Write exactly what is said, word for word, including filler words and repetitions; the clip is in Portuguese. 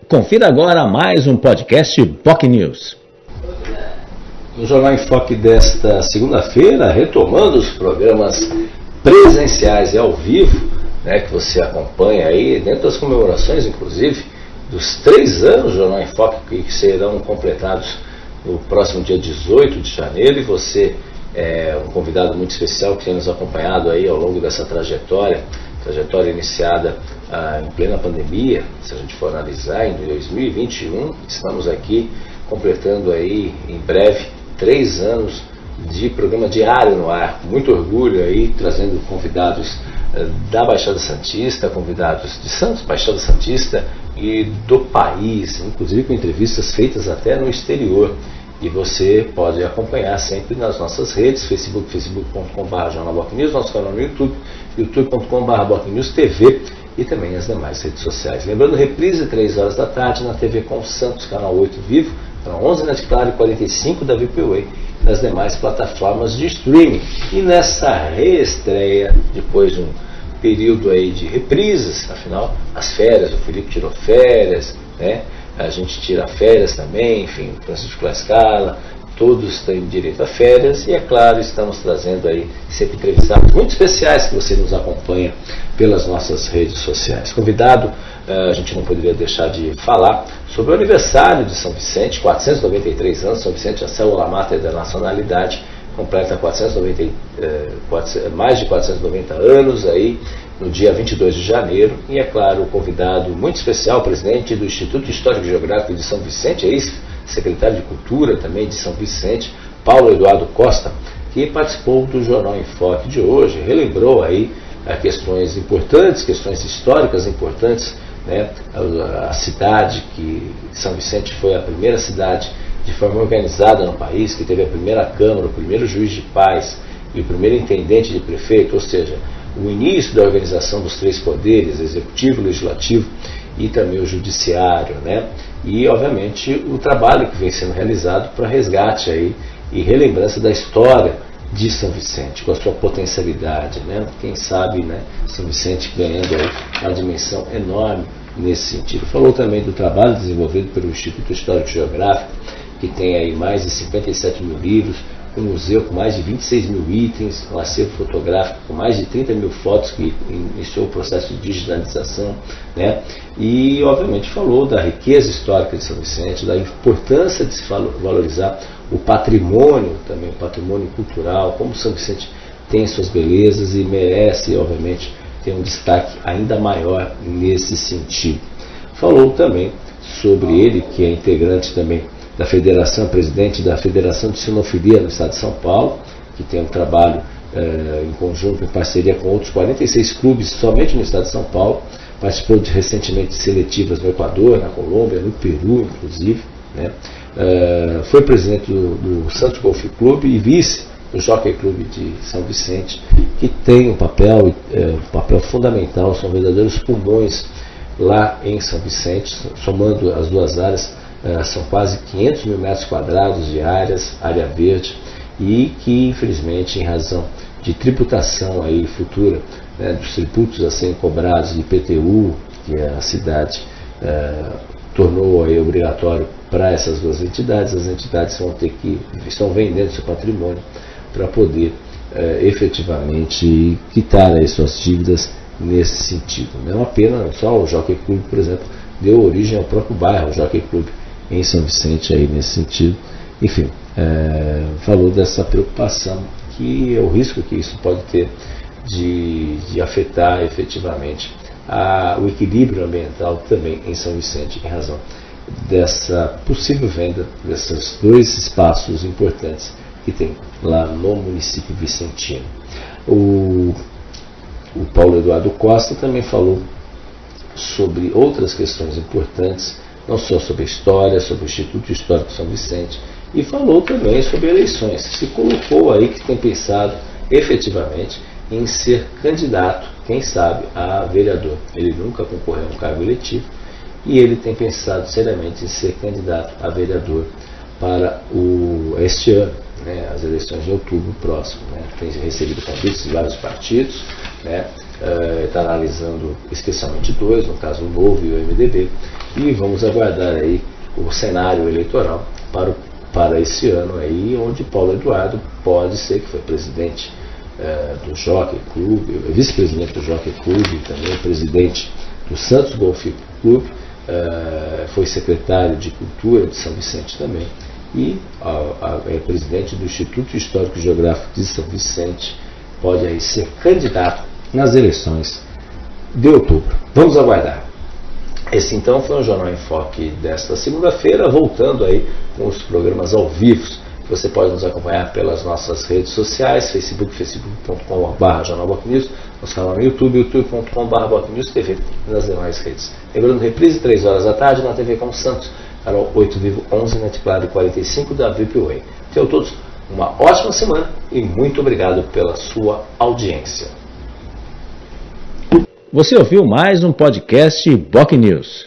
Confira agora mais um podcast B O C News. No Jornal em Foque desta segunda-feira, retomando os programas presenciais e ao vivo, né, que você acompanha aí, dentro das comemorações, inclusive, dos três anos do Jornal em Foque, que serão completados no próximo dia dezoito de janeiro, e você é um convidado muito especial que tem nos acompanhado aí ao longo dessa trajetória, trajetória iniciada ah, em plena pandemia. Se a gente for analisar, em dois mil e vinte e um, estamos aqui completando aí em breve três anos de programa diário no ar. Muito orgulho aí, trazendo convidados ah, da Baixada Santista, convidados de Santos, Baixada Santista e do país, inclusive com entrevistas feitas até no exterior. E você pode acompanhar sempre nas nossas redes, Facebook, facebook ponto com barra jornal B O C News, nosso canal no YouTube, youtube ponto com barra B O C News T V e também as demais redes sociais. Lembrando, reprise três horas da tarde na T V Com Santos, canal oito Vivo, canal onze Net Claro e quarenta e cinco da ViPway, e nas demais plataformas de streaming. E nessa reestreia, depois de um período aí de reprises, afinal, as férias, o Felipe tirou férias, né? A gente tira férias também, enfim, Francisco Lascala, todos têm direito a férias, e é claro, estamos trazendo aí sempre entrevistados muito especiais que você nos acompanha pelas nossas redes sociais. Convidado, a gente não poderia deixar de falar sobre o aniversário de São Vicente, quatrocentos e noventa e três anos, São Vicente, a célula máter da nacionalidade, completa quatrocentos e noventa, mais de quatrocentos e noventa anos aí, no dia vinte e dois de janeiro, e é claro, o convidado muito especial, o presidente do Instituto Histórico e Geográfico de São Vicente, ex-secretário de Cultura também de São Vicente, Paulo Eduardo Costa, que participou do Jornal em Foque de hoje, relembrou aí questões importantes, questões históricas importantes, né? A, a cidade que São Vicente foi a primeira cidade de forma organizada no país, que teve a primeira Câmara, o primeiro juiz de paz e o primeiro intendente de prefeito, ou seja, o início da organização dos três poderes, executivo, legislativo e também o judiciário, né? E, obviamente, o trabalho que vem sendo realizado para resgate aí e relembrança da história de São Vicente, com a sua potencialidade, né? Quem sabe, né, São Vicente ganhando aí uma dimensão enorme nesse sentido. Falou também do trabalho desenvolvido pelo Instituto Histórico e Geográfico, que tem aí mais de cinquenta e sete mil livros, um museu com mais de vinte e seis mil itens, um acervo fotográfico com mais de trinta mil fotos que iniciou o processo de digitalização, né? E, obviamente, falou da riqueza histórica de São Vicente, da importância de se valorizar o patrimônio, também o patrimônio cultural, como São Vicente tem suas belezas e merece, obviamente, ter um destaque ainda maior nesse sentido. Falou também sobre ele, que é integrante também da Federação, presidente da Federação de Sinofilia no estado de São Paulo, que tem um trabalho eh, em conjunto, em parceria com outros quarenta e seis clubes somente no estado de São Paulo. Participou de, recentemente de seletivas no Equador, na Colômbia, no Peru, inclusive, né? Uh, foi presidente do, do Santos Golf Clube e vice do Jockey Clube de São Vicente, que tem um papel, é, um papel fundamental, são verdadeiros pulmões lá em São Vicente, somando as duas áreas, uh, são quase quinhentos mil metros quadrados de áreas, área verde, e que infelizmente, em razão de tributação aí futura, né, dos tributos a serem cobrados de I P T U, que a cidade uh, tornou aí obrigatório para essas duas entidades, as entidades vão ter que, estão vendendo seu patrimônio para poder é, efetivamente quitar aí suas dívidas nesse sentido. É uma pena, só o Jockey Clube, por exemplo, deu origem ao próprio bairro, o Jockey Clube em São Vicente aí nesse sentido. Enfim, é, falou dessa preocupação, que é o risco que isso pode ter de, de afetar efetivamente a, o equilíbrio ambiental também em São Vicente, em razão dessa possível venda desses dois espaços importantes que tem lá no município vicentino. O, o Paulo Eduardo Costa também falou sobre outras questões importantes, não só sobre a história, sobre o Instituto Histórico São Vicente, e falou também sobre eleições. Se colocou aí que tem pensado efetivamente em ser candidato, quem sabe, a vereador. Ele nunca concorreu a um cargo eletivo, e ele tem pensado seriamente em ser candidato a vereador para o, este ano, né, as eleições de outubro próximo. Né? Tem recebido convites de vários partidos, né? Está uh, analisando especialmente dois, no caso o Novo e o M D B, e vamos aguardar aí o cenário eleitoral para, o, para esse ano aí, onde Paulo Eduardo pode ser, que foi presidente uh, do Jockey Club, vice-presidente do Jockey Club, também presidente do Santos Golf Club, uh, foi secretário de Cultura de São Vicente também, e a, a, é presidente do Instituto Histórico e Geográfico de São Vicente, pode aí ser candidato nas eleições de outubro. Vamos aguardar. Esse então foi o Jornal em Foque desta segunda-feira, voltando aí com os programas ao vivo. Você pode nos acompanhar pelas nossas redes sociais, Facebook, facebook ponto com barra jornal boc news, nosso canal no YouTube, youtube ponto com barra boc news T V e nas demais redes. Lembrando, reprise, três horas da tarde na T V com Santos, canal oito Vivo onze, Net Claro quarenta e cinco da V P Way. Tenham todos uma ótima semana e muito obrigado pela sua audiência. Você ouviu mais um podcast Boc News.